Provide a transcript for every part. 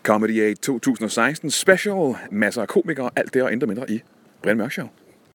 Comedy Aid 2016 special. Masser af komikere, alt det og intet mindre i Brian Mørk Show.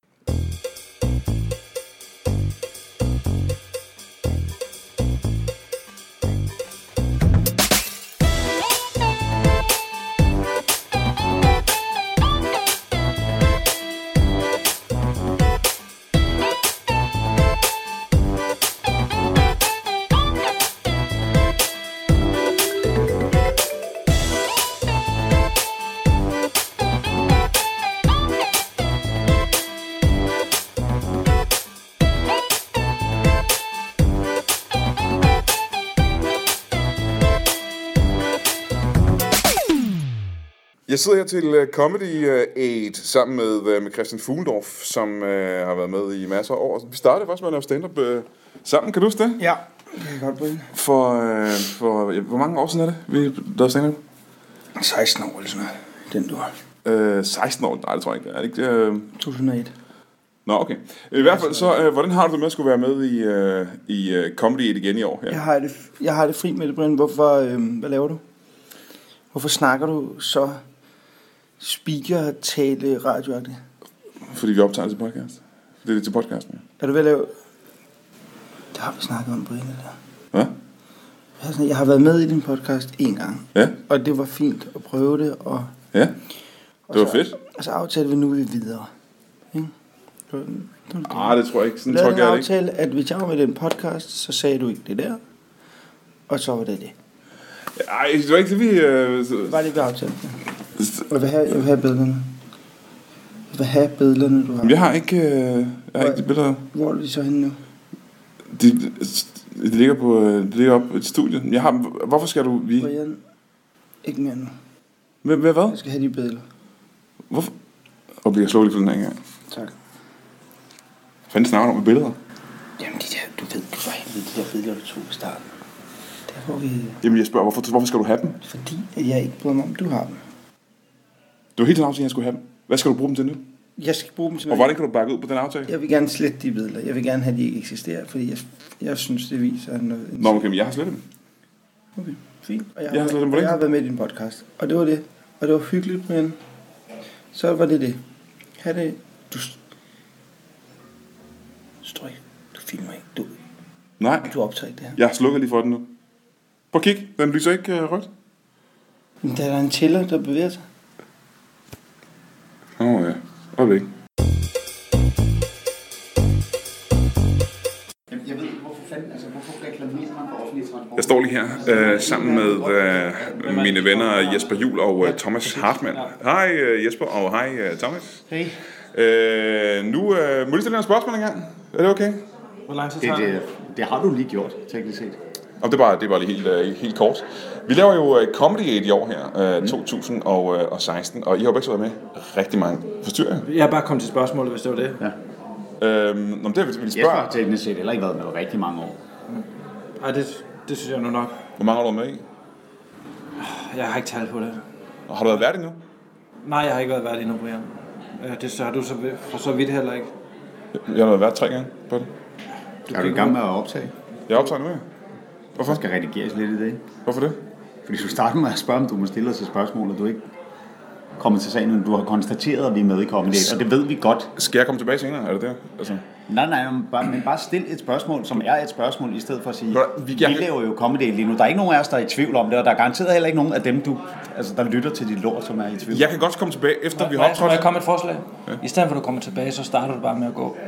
Jeg sidder her til Comedy Aid sammen med Christian Fuglendorf, som har været med i masser af år. Vi startede faktisk med at lave stand-up sammen, kan du huske det? Ja, det kan godt blive. Hvor mange år siden er det, vi lavede stand-up? 16 år eller sådan noget, den du har. 16 år? Nej, det tror jeg ikke. Er det ikke 2001. Nå, okay. I hvert fald, så hvordan har du det med at skulle være med i Comedy Aid igen i år? Her? Jeg har det fri med det, Brian. Hvad laver du? Hvorfor snakker du så speaker-tale radioagtigt? Fordi vi optager til podcast. Det er til podcasten, ja. Er du ved at lave... Det har vi snakket om, Brian, eller? Hvad? Jeg har været med i din podcast 1 gang. Ja. Og det var fint at prøve det, og... Ja, det var fedt. Og så aftalte vi, nu vil vi videre. Ikke? Det tror jeg ikke. Sådan tror jeg ikke. Aftale, at hvis jeg var med i den podcast, så sagde du ikke det der. Og så var det det. Ej, det var ikke det, vi... Var det, vi aftalte? Jeg vil have billederne. Jeg vil have billederne, du har. Jeg har ikke de billeder. Hvor er de så henne nu? Det ligger op i et studie. Jeg har... Hvorfor skal du... Brian, ikke mere nu. Hvad? Jeg skal have de billeder. Hvorfor? Og bliver slå lige for den her gang. Tak. Fanden snakker du om med billeder? Jamen de der, du ved, for helvede, de der billeder, du tog i starten. Der hvor vi... Jamen jeg spørger, hvorfor skal du have dem? Fordi jeg ikke bryder mig om, du har dem. Du var helt tiden aftale, at jeg skulle have dem. Hvad skal du bruge dem til nu? Jeg skal bruge dem til noget. Og hvordan kan du bakke ud på den aftale? Jeg vil gerne slette de billeder. Jeg vil gerne have, at de ikke eksisterer, fordi jeg synes, det viser noget... Nå, okay, men jeg har slettet dem. Okay, fint. Og jeg har været med i din podcast. Og det var det. Og det var hyggeligt, men... Så var det. Ha' det... Du filmer ikke. Nej. Du optager det her. Jeg slukker lige for den nu. Prøv at kigge. Den lyser ikke rødt. Men der er en tæller, der bevæger sig. Ja. Øjeblik. Jeg ved ikke, hvorfor reklamerer man for offentlig transport? Jeg står lige her sammen med mine venner Jesper Juhl og Thomas Hartmann. Hej Jesper, og hej Thomas. Hej. Nu må du stille nogle spørgsmål engang. Er det okay? Hvor lang tid tager det har du lige gjort, teknisk set. Og det var lige helt kort. Vi laver jo Comedy Aid i år her, 2016, og I har jo begge været med rigtig mange forstyrringer. Jeg har bare kommet til spørgsmålet, hvis det var det. Ja. Nå, det vil jeg spørge. Teknisk set heller ikke været med rigtig mange år. Nej, det synes jeg nu nok. Hvor mange år har du med i? Jeg har ikke talt på det. Og har du været vært endnu? Nej, jeg har ikke været vært endnu, Brian. Det har du for så vidt heller ikke. Jeg har været vært 3 gange på det. Er du i gang med at optage? Jeg optager nu, ja. Hvorfor? Det skal redigeres lidt i dag. Hvorfor det? Fordi du starter med at spørge, om du må stille os et spørgsmål, og du ikke kommet til sagen, men du har konstateret, at vi er med i Comedy Aid, og det ved vi godt. Skal jeg komme tilbage senere? Er det det? Altså. Nej, men bare stil et spørgsmål, som er et spørgsmål, i stedet for at sige, vi laver jo Comedy Aid lige nu. Der er ikke nogen af os, der er i tvivl om det, og der er garanteret heller ikke nogen af dem, der lytter til dit lort, som er i tvivl. Jeg kan godt komme tilbage, efter vi har optrådt. Må jeg komme et forslag? Ja. I stedet for at du kommer tilbage, så starter du bare med at gå.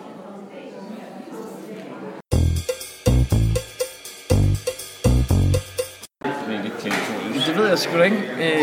Det ved jeg sgu da ikke.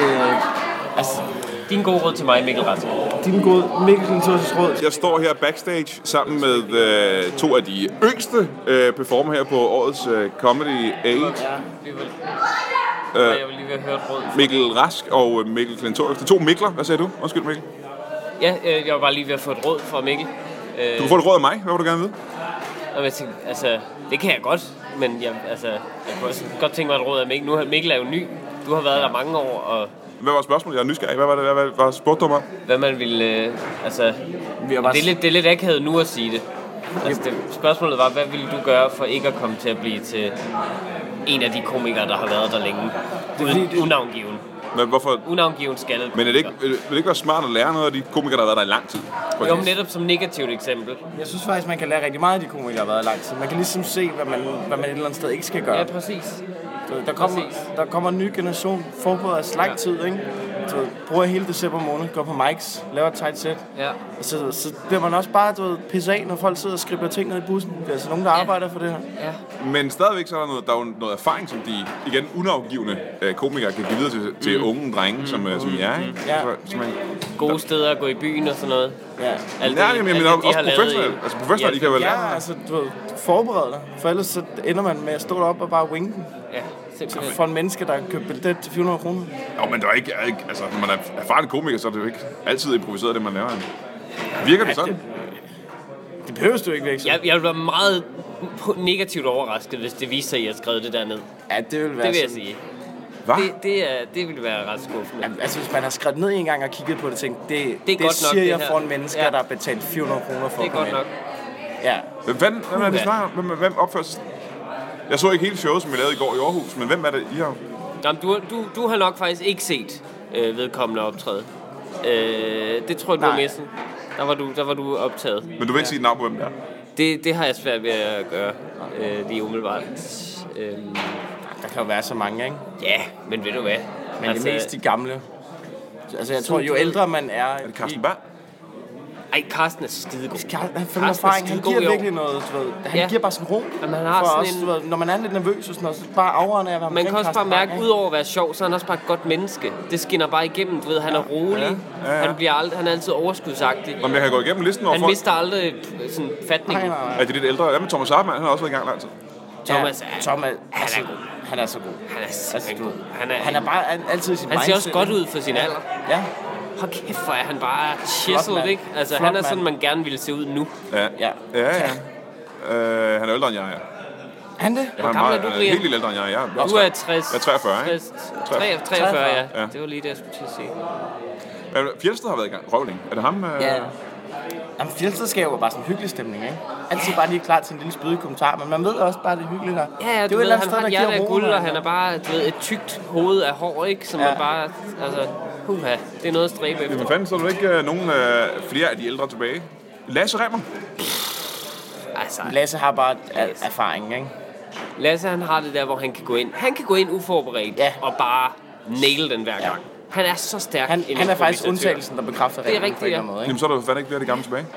Din gode råd til mig, Mikkel Rask. Din gode Mikkel Klintorius råd. Jeg står her backstage sammen med 2 af de yngste performer her på årets Comedy Aid. Ja, vi vil. Jeg vil lige høre et råd. Mikkel Rask og Mikkel Klintorius. Det er 2 Mikler. Hvad sagde du? Undskyld, Mikkel. Ja, jeg var bare lige ved at få et råd fra Mikkel. Du kan få et råd af mig. Hvad vil du gerne vide? Jeg tænkte, det kan jeg godt, men jeg kunne også godt tænke mig et råd af Mikkel. Nu Mikkel er jo ny. Du har været der mange år, og... Hvad var spørgsmålet? Jeg er nysgerrig. Hvad var spurgte du om? Hvad man ville... det er lidt akavet nu at sige det. Spørgsmålet var, hvad ville du gøre for ikke at komme til at blive til en af de komikere, der har været der længe? Unavngiven. Men hvorfor? Unavngiven skaldet. Men vil det ikke være smart at lære noget af de komikere, der har været der i lang tid? Jo, netop som negativt eksempel. Jeg synes faktisk, man kan lære rigtig meget af de komikere, der har været i lang tid. Man kan ligesom se, hvad man et eller andet sted ikke skal gøre. Ja, præcis. Der kommer en ny generation forberedt af lang tid, ikke? Så bruger hele december måned, går på mics, laver et tight set. Ja. Så bliver man også bare pisse af, når folk sidder og skriver ting ned i bussen. Det er altså nogen, der arbejder for det her. Ja. Men stadigvæk så er der jo noget erfaring, som de, igen, unavgivende komikere kan give videre til unge drenge, som jeg er, ikke? Ja. Gode steder at gå i byen og sådan noget. Ja. Men også professionelt. Altså professionelt, de kan vel lære. Ja, altså forberede dig. For ellers så ender man med at stå deroppe og bare winge den. Ja, simpelthen. For en menneske, der har købt billet til 400 kroner. Jo, men der er ikke, altså når man er erfaren komiker, så er det jo ikke altid improviseret, det man laver. Virker det sådan? Det behøves du ikke væk. Jeg vil være meget negativt overrasket, hvis det viser sig, at I har skrevet det derned. Ja, det vil være det vil jeg sådan. sige. Hvad? Det vil være ret skuffende. Ja, altså, hvis man har skrevet ned en gang og kigget på det, tænkt, det godt nok, siger det jeg her. for en menneske, der har betalt 400 kroner for Det er godt nok. Ja. Hvem er det snart? Hvem opfører sig? Jeg så ikke hele showet, som vi lavede i går i Aarhus, men hvem er det, I har? Jamen, du har nok faktisk ikke set vedkommende optræde. Det tror jeg, du har misset. Der var du optaget. Men du vil ikke sige et navn på, hvem det er? Det har jeg svært ved at gøre lige umiddelbart. Der kan jo være så mange, ikke? Ja, men ved du hvad? Men altså, det er mest de gamle. Altså, jeg tror, jo ældre man er... Er det Carsten Berg? Ej, Carsten er skidegod. Han følger erfaring. Han giver virkelig noget, du ved. Han giver bare sådan ro. Jamen, han har sådan også, du ved, når man er lidt nervøs og sådan noget, så bare auraen af at være man kan også bare mærke, udover at være sjov, så er han også bare et godt menneske. Det skinner bare igennem, du ved. Han er rolig. Ja. Han er altid overskudsagtig. Jamen, jeg kan gå igennem listen over han mister aldrig sådan fatningen. Er det lidt ældre? Hvad med Thomas Hartmann? Han har også været i gang lang tid. Thomas, han er god. Han er så god. Han er simpelthen god. Han er bare altid i sin mindset. Han ser også godt ud for sin alder. Ja. Hold kæft, hvor er han bare chiseled, ikke? Altså, han er sådan, man gerne ville se ud nu. Ja. Han er ældre end jeg er. Han det? Hvor gammel er du, Brian? Helt ældre end jeg er. Du er 60. Jeg er 43, ikke? 43, ja. Det var lige det, jeg skulle til at sige. Fjeldsted har været i gang. Røvling. Er det ham? Ja. Jamen, Fjeldsted skal jo bare sådan en hyggelig stemning, ikke? Altid bare lige klar til en lille spydig kommentar, men man ved også bare, det er hyggeligt her. Ja, det er ved, han har et hjerte af guld, og han er bare et tykt hoved af hår, ikke? Som man bare, altså, det er noget at stræbe efter. Men fanden, så er du ikke nogen flere af de ældre tilbage? Lasse Remmer? Altså, Lasse har bare erfaring, ikke? Lasse, han har det der, hvor han kan gå ind. Han kan gå ind uforberedt og bare nail den hver gang. Han er så stærk. Han er faktisk undtagelsen, der bekræfter det er rigtigt, ja. Måde, ikke? Jamen, så er der fandme ikke flere af de gamle tilbage.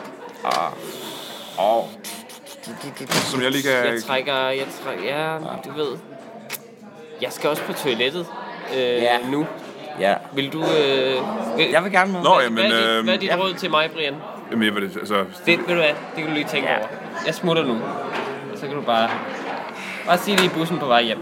Som jeg lige kan... Jeg trækker, ja, du ved. Jeg skal også på toilettet nu. Ja. Vil du... jeg vil gerne med. Nå, jamen... Hvad er dit råd til mig, Brian? Jamen, jeg vil altså... Ved du hvad? Det kan du lige tænke over. Jeg smutter nu. Så kan du bare sige det i bussen på vej hjem.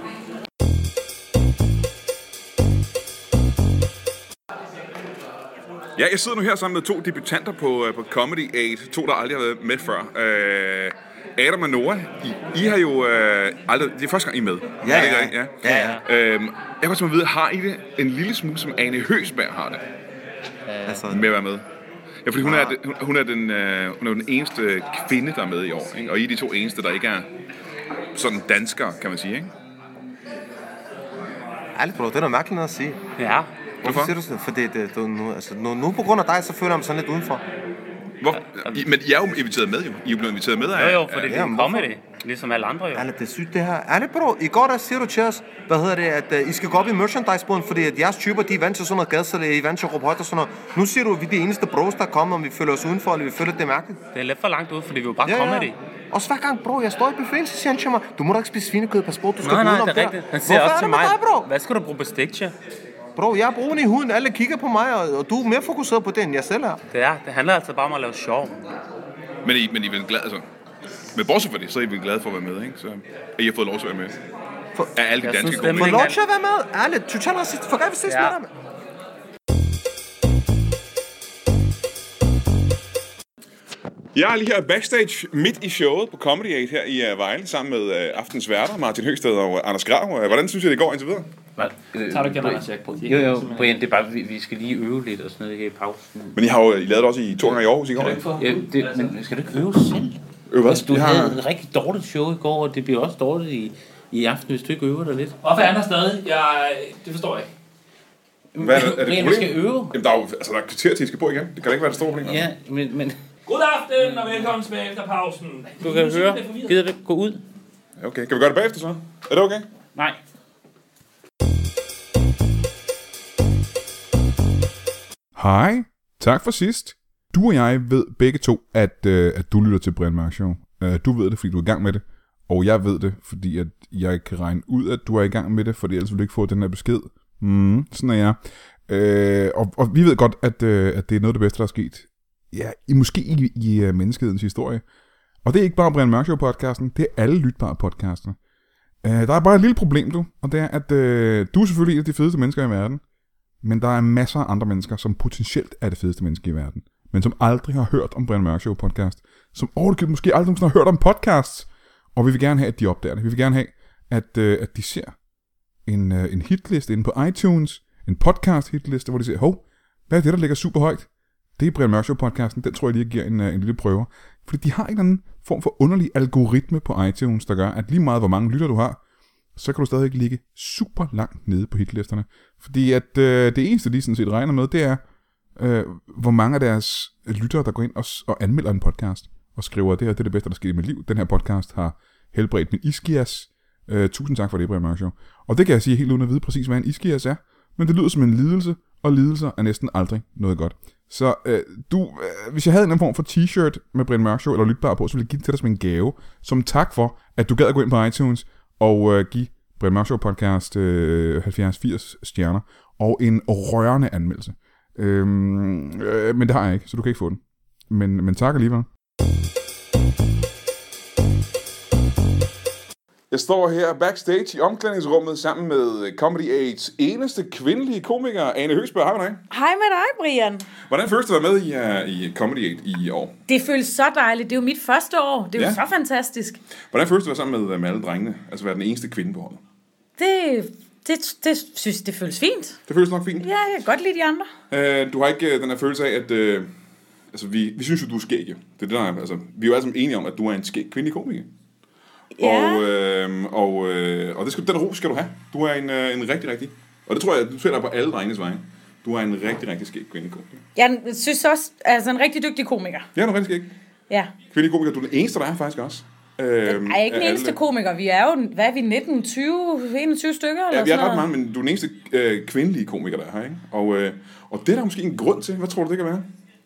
Ja, jeg sidder nu her sammen med 2 debutanter på Comedy Aid. 2, der aldrig har været med før. Adam og Noah, I har jo aldrig... Det er første gang, I er med. Ja. Jeg kan godt vide, har I det en lille smule, som Ane Høgsberg har det? Altså, med at være med. Ja, fordi hun er den eneste kvinde, der er med i år. Ikke? Og I er de 2 eneste, der ikke er sådan danskere, kan man sige, ikke? ærligt, bro, det er noget mærkeligt noget at sige. Ja. Hvorfor siger du sådan? Fordi nu på grund af dig, så føler jeg mig sådan lidt udenfor. Men I er jo inviteret med, jo. I er jo blevet inviteret med af... Jo, fordi det er comedy, ligesom alle andre jo. Ærligt, det er sygt det her. Ærligt, bro, i går der siger du til os, at I skal gå op i merchandise-boden, fordi at jeres typer, de er vant til sådan noget gadsel, I er vant til at råbe højt og sådan noget. Nu siger du, at vi er de eneste bros, der kommer, og vi føler os udenfor, eller vi føler, det er mærkeligt. Det er lidt for langt ud, fordi vi jo bare comedy. Og så hver gang, bro, jeg står i buffeten, så siger han til mig, du må da ikke spise svinekød, pas på, du skal Nej, det er rigtigt. Han siger også til mig, hvad skal du bruge bestik til? Bro, jeg er brun i huden, alle kigger på mig, og du er mere fokuseret på det, end jeg selv er. Det handler altså bare om at lave sjov. Men I er vel glade, altså. Men bortset fra det, så er I vel glade for at være med, ikke? Så I har fået lov til at være med. Af alle de danske komikere. Få lov til at være med? Ærligt, total racist. For vi ses med dig. Jeg er lige her backstage midt i showet på Comedy Aid her i Vejle, sammen med aftens værter, Martin Høgsted og Anders Grav. Hvordan synes I, det går indtil videre? Tager du ikke Anders Jack på? Jo, Brian, det er bare, vi skal lige øve lidt og sådan noget her i pausen. Men I har jo lavet det også i 2 gange i Aarhus i går, ikke? Men skal du ikke øve selv? Øve hvad? Altså, du havde et rigtig dårligt show i går, og det bliver også dårligt i aften, hvis du ikke øver dig lidt. Hvorfor er han der stadig? Det forstår jeg ikke. Hvad er det Brian, problem? vi skal øve. Jamen, der er jo der er kvarter til, I skal på igen. Det kan da ikke være det store problem. Ja, men... God aften og velkommen tilbage efter pausen. Du kan høre. Gider det gå ud? Okay, kan vi gøre det bagefter så? Er det okay? Nej. Hej. Tak for sidst. Du og jeg ved begge to, at du lytter til Brian Mørk Show. Du ved det, fordi du er i gang med det. Og jeg ved det, fordi at jeg kan regne ud, at du er i gang med det, fordi ellers vil du ikke få den her besked. Sådan er jeg. Og vi ved godt, at det er noget af det bedste, der er sket. Ja, måske i menneskehedens historie. Og det er ikke bare Brian Mørk Show podcasten, det er alle lytbare podcaster. Der er bare et lille problem, og det er, at du er selvfølgelig en af de fedeste mennesker i verden. Men der er masser af andre mennesker, som potentielt er det fedeste menneske i verden. Men som aldrig har hørt om Brian Mørk Show podcast. Som måske aldrig har hørt om podcasts. Og vi vil gerne have, at de opdager det. Vi vil gerne have, at de ser en hitliste inde på iTunes. En podcast hitliste, hvor de siger, hov, hvad er det, der ligger super højt? Det er Brian Mørk Show podcasten. Den tror jeg lige giver en lille prøve. Fordi de har en eller anden form for underlig algoritme på iTunes, der gør, at lige meget hvor mange lytter du har, så kan du stadig ligge super langt nede på hitlisterne. Fordi at det eneste, de sådan set regner med, det er, hvor mange af deres lyttere, der går ind og anmelder en podcast, og skriver, det her det er det bedste, der sker i mit liv. Den her podcast har helbredt min ischias. Tusind tak for det, Brian Mørk Show. Og det kan jeg sige helt uden at vide præcis, hvad en ischias er. Men det lyder som en lidelse, og lidelser er næsten aldrig noget godt. Så hvis jeg havde en form for t-shirt med Brian Mørk Show, eller lytbar på, så ville jeg give det til dig som en gave, som tak for, at du gad at gå ind på iTunes, og give Brian Mørk Show podcast 70-80 stjerner, og en rørende anmeldelse. Men det har jeg ikke, så du kan ikke få den. Men tak alligevel. Jeg står her backstage i omklædningsrummet sammen med Comedy Aids eneste kvindelige komiker, Ane Høgsberg. Hej med dig. Hej med dig, Brian. Hvordan føles det at være med i Comedy Aid i år? Det føles så dejligt. Det er jo mit første år. Det er jo så fantastisk. Hvordan føles det at være sammen med alle drengene? Altså være den eneste kvinde på holdet? Det synes det føles fint. Det føles nok fint? Ja, jeg kan godt lide de andre. Du har ikke den her følelse af, at altså, vi synes jo, du er skæg. Jo. Det er det, der er, altså, vi er jo alle sammen enige om, at du er en skæg kvindelig komiker. Ja. Og den ro skal du have. Du er en rigtig, og det tror jeg, du ser dig på alle drengenes vegne. Du er en rigtig skæg kvindelig komiker. Jeg synes også, altså en rigtig dygtig komiker. Ja, du er rigtig skæg. Ja. Kvindelig komiker, du er den eneste, der er faktisk også. Jeg er ikke den eneste komiker. Vi er jo, hvad er vi, 19, 20, 21 stykker? Ja, vi er ret mange, men du er den eneste kvindelige komiker, der er her, ikke? Og det er der måske en grund til. Hvad tror du, det kan være?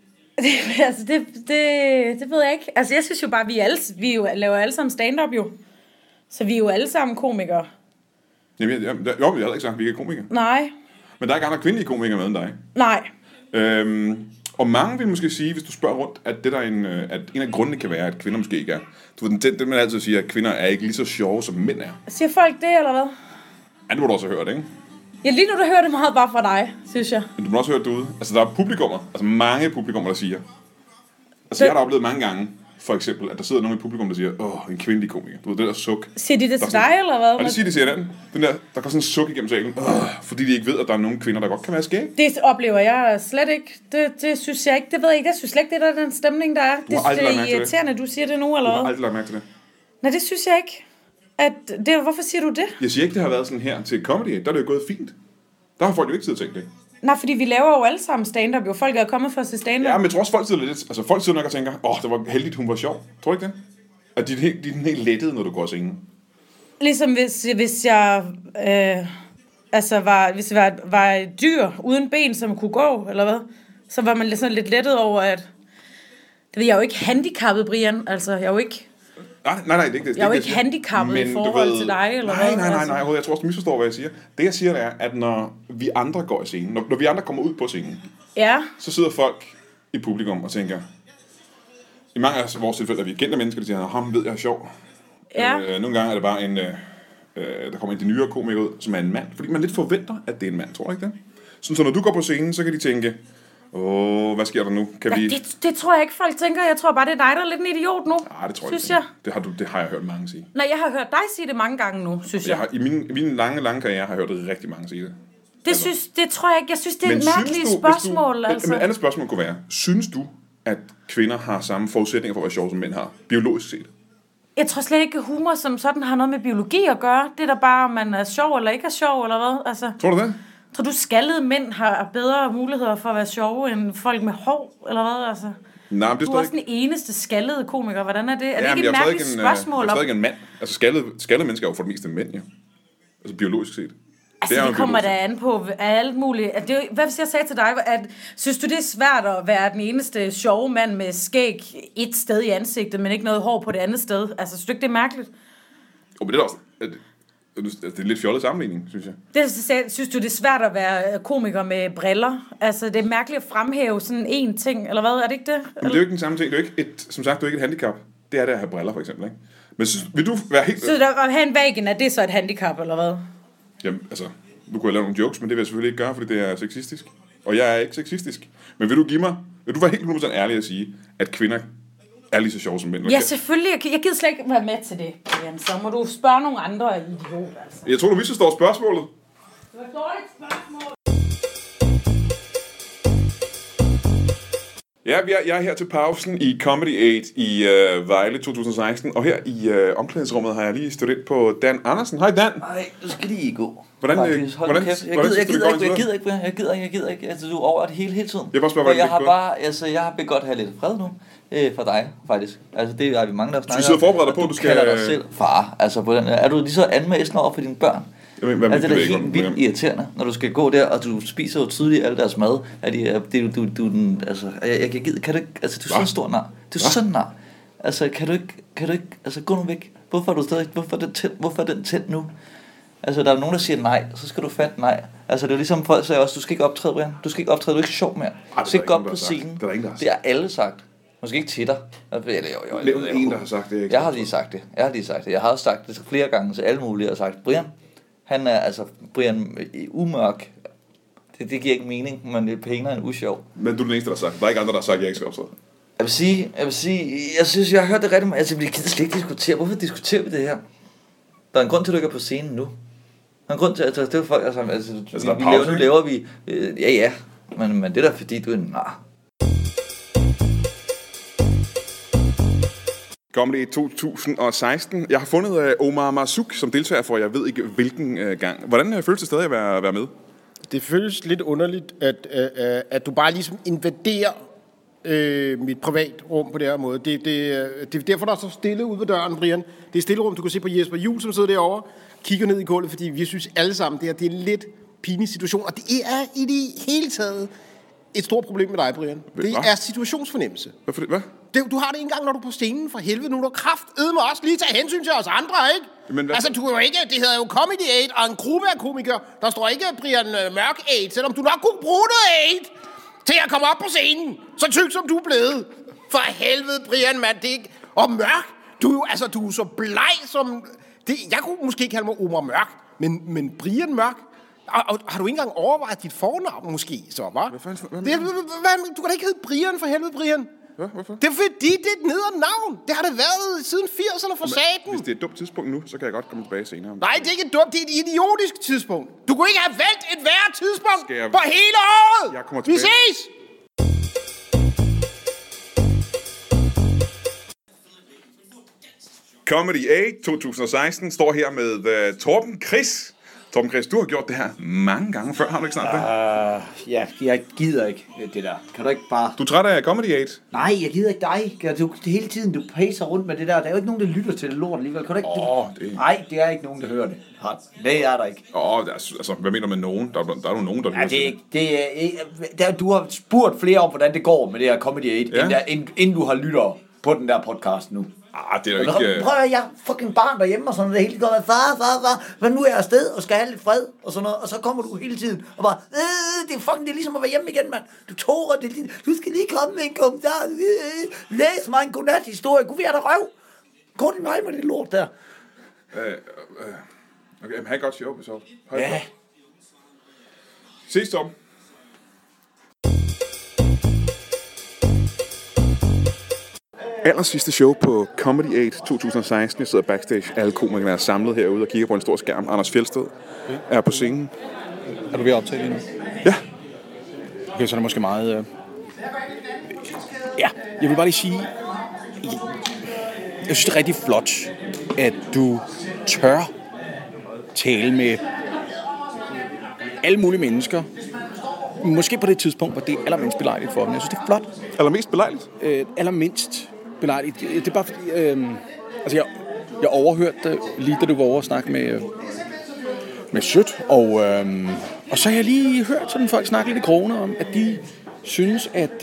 Det ved jeg ikke. Altså, jeg synes jo bare, vi jo laver alle sammen stand-up jo. Så vi er jo alle sammen komikere. Jamen, jeg har ikke sagt, at vi ikke er komikere. Nej. Men der er ikke andre kvindelige komikere med end dig. Nej. Og mange vil måske sige, hvis du spørger rundt, at det der at en af grundene kan være, at kvinder måske ikke er. Du ved, det man altid siger, at kvinder er ikke lige så sjove, som mænd er. Siger folk det, eller hvad? Ja, det må du også have hørt, ikke? Ja, lige nu, der hører det meget bare fra dig, synes jeg. Men du må også høre det derude. Altså, der er publikummer, altså mange publikummer, der siger. Altså, jeg har da oplevet mange gange, for eksempel, at der sidder nogen i publikum, der siger, en kvindelig komiker. Du ved, det der suk. Siger de det til dig, eller hvad? Ja, det siger de til den der, der går sådan en suk igennem salen. Fordi de ikke ved, at der er nogle kvinder, der godt kan være skæg. Det oplever jeg slet ikke. Det synes jeg ikke. Det ved jeg ikke. Jeg synes slet ikke, det er den stemning, der er. Det er irriterende, du siger det nu, eller hvad? Du har aldrig lagt mærke til det. Nej, det synes jeg ikke. Hvorfor siger du det? Jeg siger ikke, det har været sådan her til comedy. Der er det jo gået fint. Der har folk jo ikke tid at tænke det. Nej, fordi vi laver jo alle sammen stand-up, jo. Folk er kommet for at se stand-up. Ja, men jeg tror også, folk sidder lidt... Altså, folk sidder nok og tænker, det var heldigt, hun var sjov. Tror du ikke det? At de er helt lettede, når du går og scenen. Ligesom hvis jeg... hvis jeg var et dyr uden ben, som kunne gå, eller hvad? Så var man sådan lidt lettet over, at... Det ved jeg jo ikke handicappet, Brian. Altså, jeg er jo ikke... Nej, det er ikke det. Jeg er jo ikke handicappet i forhold til dig, eller hvad? Nej, jeg tror også, du misforstår, hvad jeg siger. Det, jeg siger, det er, at når vi andre går i scenen, når vi andre kommer ud på scenen, så sidder folk i publikum og tænker, i mange af vores tilfælde er vi kendte mennesker, der siger, ham ved jeg er sjov. Ja. Nogle gange er det bare der kommer en de nyere komiker ud, som er en mand, fordi man lidt forventer, at det er en mand, tror du ikke det? Så når du går på scenen, så kan de tænke, hvad sker der nu? Det tror jeg ikke, folk tænker. Jeg tror bare, det er dig, der er lidt en idiot nu. Nej, det tror jeg ikke. Det har jeg hørt mange sige. Nej, jeg har hørt dig sige det mange gange nu, synes jeg. I min lange karriere har jeg hørt rigtig mange sige det. Det tror jeg ikke. Jeg synes, det er et mærkeligt spørgsmål. Men et andet spørgsmål kunne være, synes du, at kvinder har samme forudsætninger for at være sjove, som mænd har, biologisk set? Jeg tror slet ikke, humor som sådan har noget med biologi at gøre. Det er da bare, om man er sjov eller ikke er sjov, eller hvad? Altså, tror du det? Tror du, skaldede mænd har bedre muligheder for at være sjove end folk med hår, eller hvad? Altså? Nej, men det du er også den eneste skaldede komiker. Hvordan er det? Er det ikke et mærkeligt spørgsmål? Jeg er stadig en mand. Altså, skaldede mennesker er jo for det meste mænd, jo. Altså, biologisk set. Altså, det kommer da an på alt muligt. Hvad hvis jeg sagde til dig, at synes du, det er svært at være den eneste sjove mand med skæg et sted i ansigtet, men ikke noget hår på det andet sted? Altså, synes du ikke, det er mærkeligt? Jo, men det er også... Det er en lidt fjollet sammenligning, synes jeg. Synes du, det er svært at være komiker med briller? Altså, det er mærkeligt at fremhæve sådan én ting, eller hvad? Er det ikke det? Men det er jo ikke den samme ting. Det er jo ikke som sagt, du er ikke et handicap. Det er det at have briller, for eksempel, ikke? Men vil du være helt... Så at have en vagin, er det så et handicap, eller hvad? Jamen, altså... Nu kunne jeg lave nogle jokes, men det vil jeg selvfølgelig ikke gøre, fordi det er sexistisk. Og jeg er ikke sexistisk. Men vil du være helt 100% ærlig at sige, at kvinder er lige så sjove som mænd? Ja, selvfølgelig. Jeg gider slet ikke være med til det, Brian. Så må du spørge nogle andre idioter. Altså. Jeg tror, du misforstår spørgsmålet. Det var et dårligt spørgsmål. Ja, jeg er her til pausen i Comedy 8 i Vejle 2016. Og her i omklædningsrummet har jeg lige stået ind på Dan Andersen. Hej Dan. Nej, du skal lige gå. Hvordan Jeg gider ikke. Altså, du er over det hele tiden. Jeg bare spørger, jeg har begået have lidt fred nu. For dig, faktisk. Altså, det er vi mange, der snakker om. Du sidder forberedt dig på, at du skal... kalder dig selv far. Altså, på den, er du lige så anmæsende over for dine børn? Jamen, altså, det er helt vildt irriterende, når du skal gå der, og du spiser jo tydeligt alt deres mad. Altså, jeg gider, kan du ikke... Altså, du er så stor nar. Du er så nar. Altså, kan du ikke... Altså, gå nu væk. Hvorfor er du stadig... Hvorfor er den tændt nu? Altså, der er nogen, der siger nej, så skal du fat nej. Altså, det er ligesom folk sagde også, du skal ikke optræde, Brian. Du skal ikke optræde, du er ikke sjov mere. Du skal ikke gå op på scenen. Det er alle sagt. Måske ikke til dig. Eller en, der har sagt det. Jeg har lige sagt det. Jeg har sagt det flere gange til alle mulige, og sagt, Brian, han er altså, Brian, umørk. Det giver ikke mening, men det er pænere end usjov. Men du er den eneste, der har sagt. Der er ikke andre, der har sagt, at jeg ikke skal optræde. Jeg vil sige, jeg synes, jeg har hørt det rigtig meget. Altså, vi kan slet ikke diskutere. Hvorfor diskuterer vi det her? Der er en grund til, at du ikke er på scenen nu. Der er en grund til, at det er folk, nu laver vi... Ja, men det er da fordi, du er en nar. Comedy 2016. Jeg har fundet Omar Marzouk som deltager for, jeg ved ikke hvilken gang. Hvordan føles det stadig at være med? Det føles lidt underligt, at du bare ligesom invaderer mit privatrum på den her måde. Det er derfor, der er så stille ude ved døren, Brian. Det er stillerum, du kan se på Jesper Juhl, som sidder derovre, kigger ned i gulvet, fordi vi synes alle sammen, det er en lidt pinlig situation. Og det er i det hele taget et stort problem med dig, Brian. Det er situationsfornemmelse. Hvad? Du har det ikke engang, når du er på scenen, for helvede. Nu er du kraftedme også lige tage hensyn til os andre, ikke? Men altså, du er jo ikke... Det hedder jo Comedy 8 og en gruppe af komikere. Der står ikke Brian Mørk 8, selvom du nok kunne bruge noget 8 til at komme op på scenen. Så tyk som du er blevet. For helvede, Brian, mand. Det er ikke... Og Mørk, du er så bleg som... Jeg kunne måske kalde mig Omar Mørk, men Brian Mørk... Og har du ikke engang overvejet dit fornavn måske, så, hva'? Du kan da ikke hedde Brian, for helvede, Brian. Hvorfor? Det er fordi, det er et nederen navn. Det har det været siden 80'erne for saten. Hvis det er et dumt tidspunkt nu, så kan jeg godt komme tilbage senere. Nej, det er ikke et dumt, det er et idiotisk tidspunkt. Du kunne ikke have valgt et værre tidspunkt på hele året. Jeg kommer tilbage. Vi ses! Comedy 8 2016 står her med Torben Chris. Torben Chris, du har gjort det her mange gange før, har du ikke snart det? Ja, jeg gider ikke det der. Kan du ikke bare... Du er træt af Comedy 8? Nej, jeg gider ikke dig. Du, hele tiden, du pacer rundt med det der. Der er jo ikke nogen, der lytter til det lort alligevel. Kan du ikke... Nej, det er ikke nogen, der hører det. Det er der ikke. Altså, hvad mener du med nogen? Der er jo nogen, der lytter til det. Du har spurgt flere om, hvordan det går med det her Comedy 8, inden du har lyttere på den der podcast nu. Det er jo ikke... Prøv at jeg er fucking barn derhjemme og sådan noget. Det hele går med far. Men nu er jeg afsted og skal have lidt fred og sådan noget. Og så kommer du hele tiden og bare... det er ligesom at være hjemme igen, mand. Du skal lige komme med en kommentar. Læs mig en godnat-historie. Gud, vi er der røv. Gå din vej med det lort der. Okay, men have godt show, så. Ja. Ses, Tom. Allersidste show på Comedy 8 2016. Jeg sidder backstage. Alle komikerne er samlet herude og kigger på en stor skærm. Anders Fjeldsted er på scenen. Er du ved at optage lige nu? Ja. Okay, så er det måske meget... Ja, jeg vil bare lige sige... Jeg synes, det er rigtig flot, at du tør tale med alle mulige mennesker. Måske på det tidspunkt, hvor det er allermindst belejligt for dem. Jeg synes, det er flot. Allermest belejligt? Allermindst belejligt. Det er bare fordi... jeg overhørte det lige, da du var over at snakke med Sødt. Og så har jeg lige hørt sådan folk snakke lidt i kroner om, at de synes, at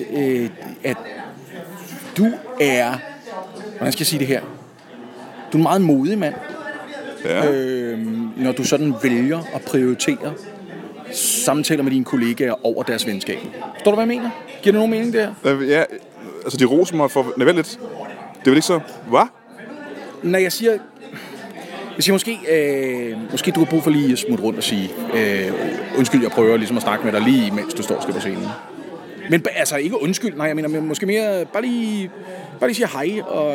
du er... Hvordan skal jeg sige det her? Du er en meget modig mand. Ja. Når du sådan vælger at prioritere samtaler med dine kollegaer over deres venskab. Forstår du, hvad jeg mener? Giver det nogen mening, det her? Ja, altså de roser mig for... Nej, vel lidt. Det er vel ikke så... Hvad? Når jeg siger måske du har brug for lige at smutte rundt og sige, undskyld, jeg prøver ligesom at snakke med dig lige mens du står og skal på scenen. Men altså ikke undskyld, nej, jeg mener måske mere, bare lige sige hej, og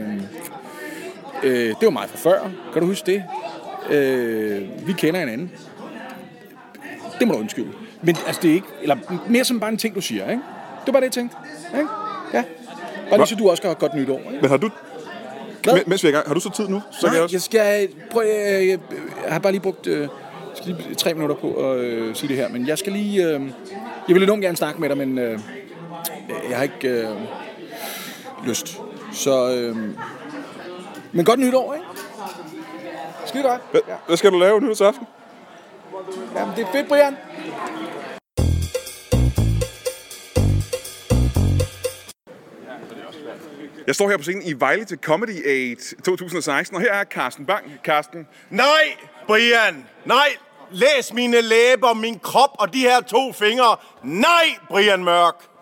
det var mig fra før, kan du huske det? Vi kender hinanden. Det må du undskylde. Men altså det er ikke, eller mere som bare en ting, du siger, ikke? Det var bare det, jeg tænkte, ikke? Ja. Bare lige så du også skal have godt nytår, ikke? Men har du... Mens vi er i gang, har du så tid nu? Så nej, jeg skal prøve... Jeg har bare lige brugt 3 minutter på at sige det her, men jeg skal lige... jeg vil enormt gerne snakke med dig, men jeg har ikke lyst. Så... men godt nytår, ikke? Skide godt. Hvad skal du lave nytårsaften? Jamen, det er fedt, Brian. Jeg står her på scenen i Vejle til Comedy Aid 2016, og her er Carsten Bang. Carsten. Nej, Brian. Nej, læs mine læber, min krop og de her 2 fingre. Nej, Brian Mørk.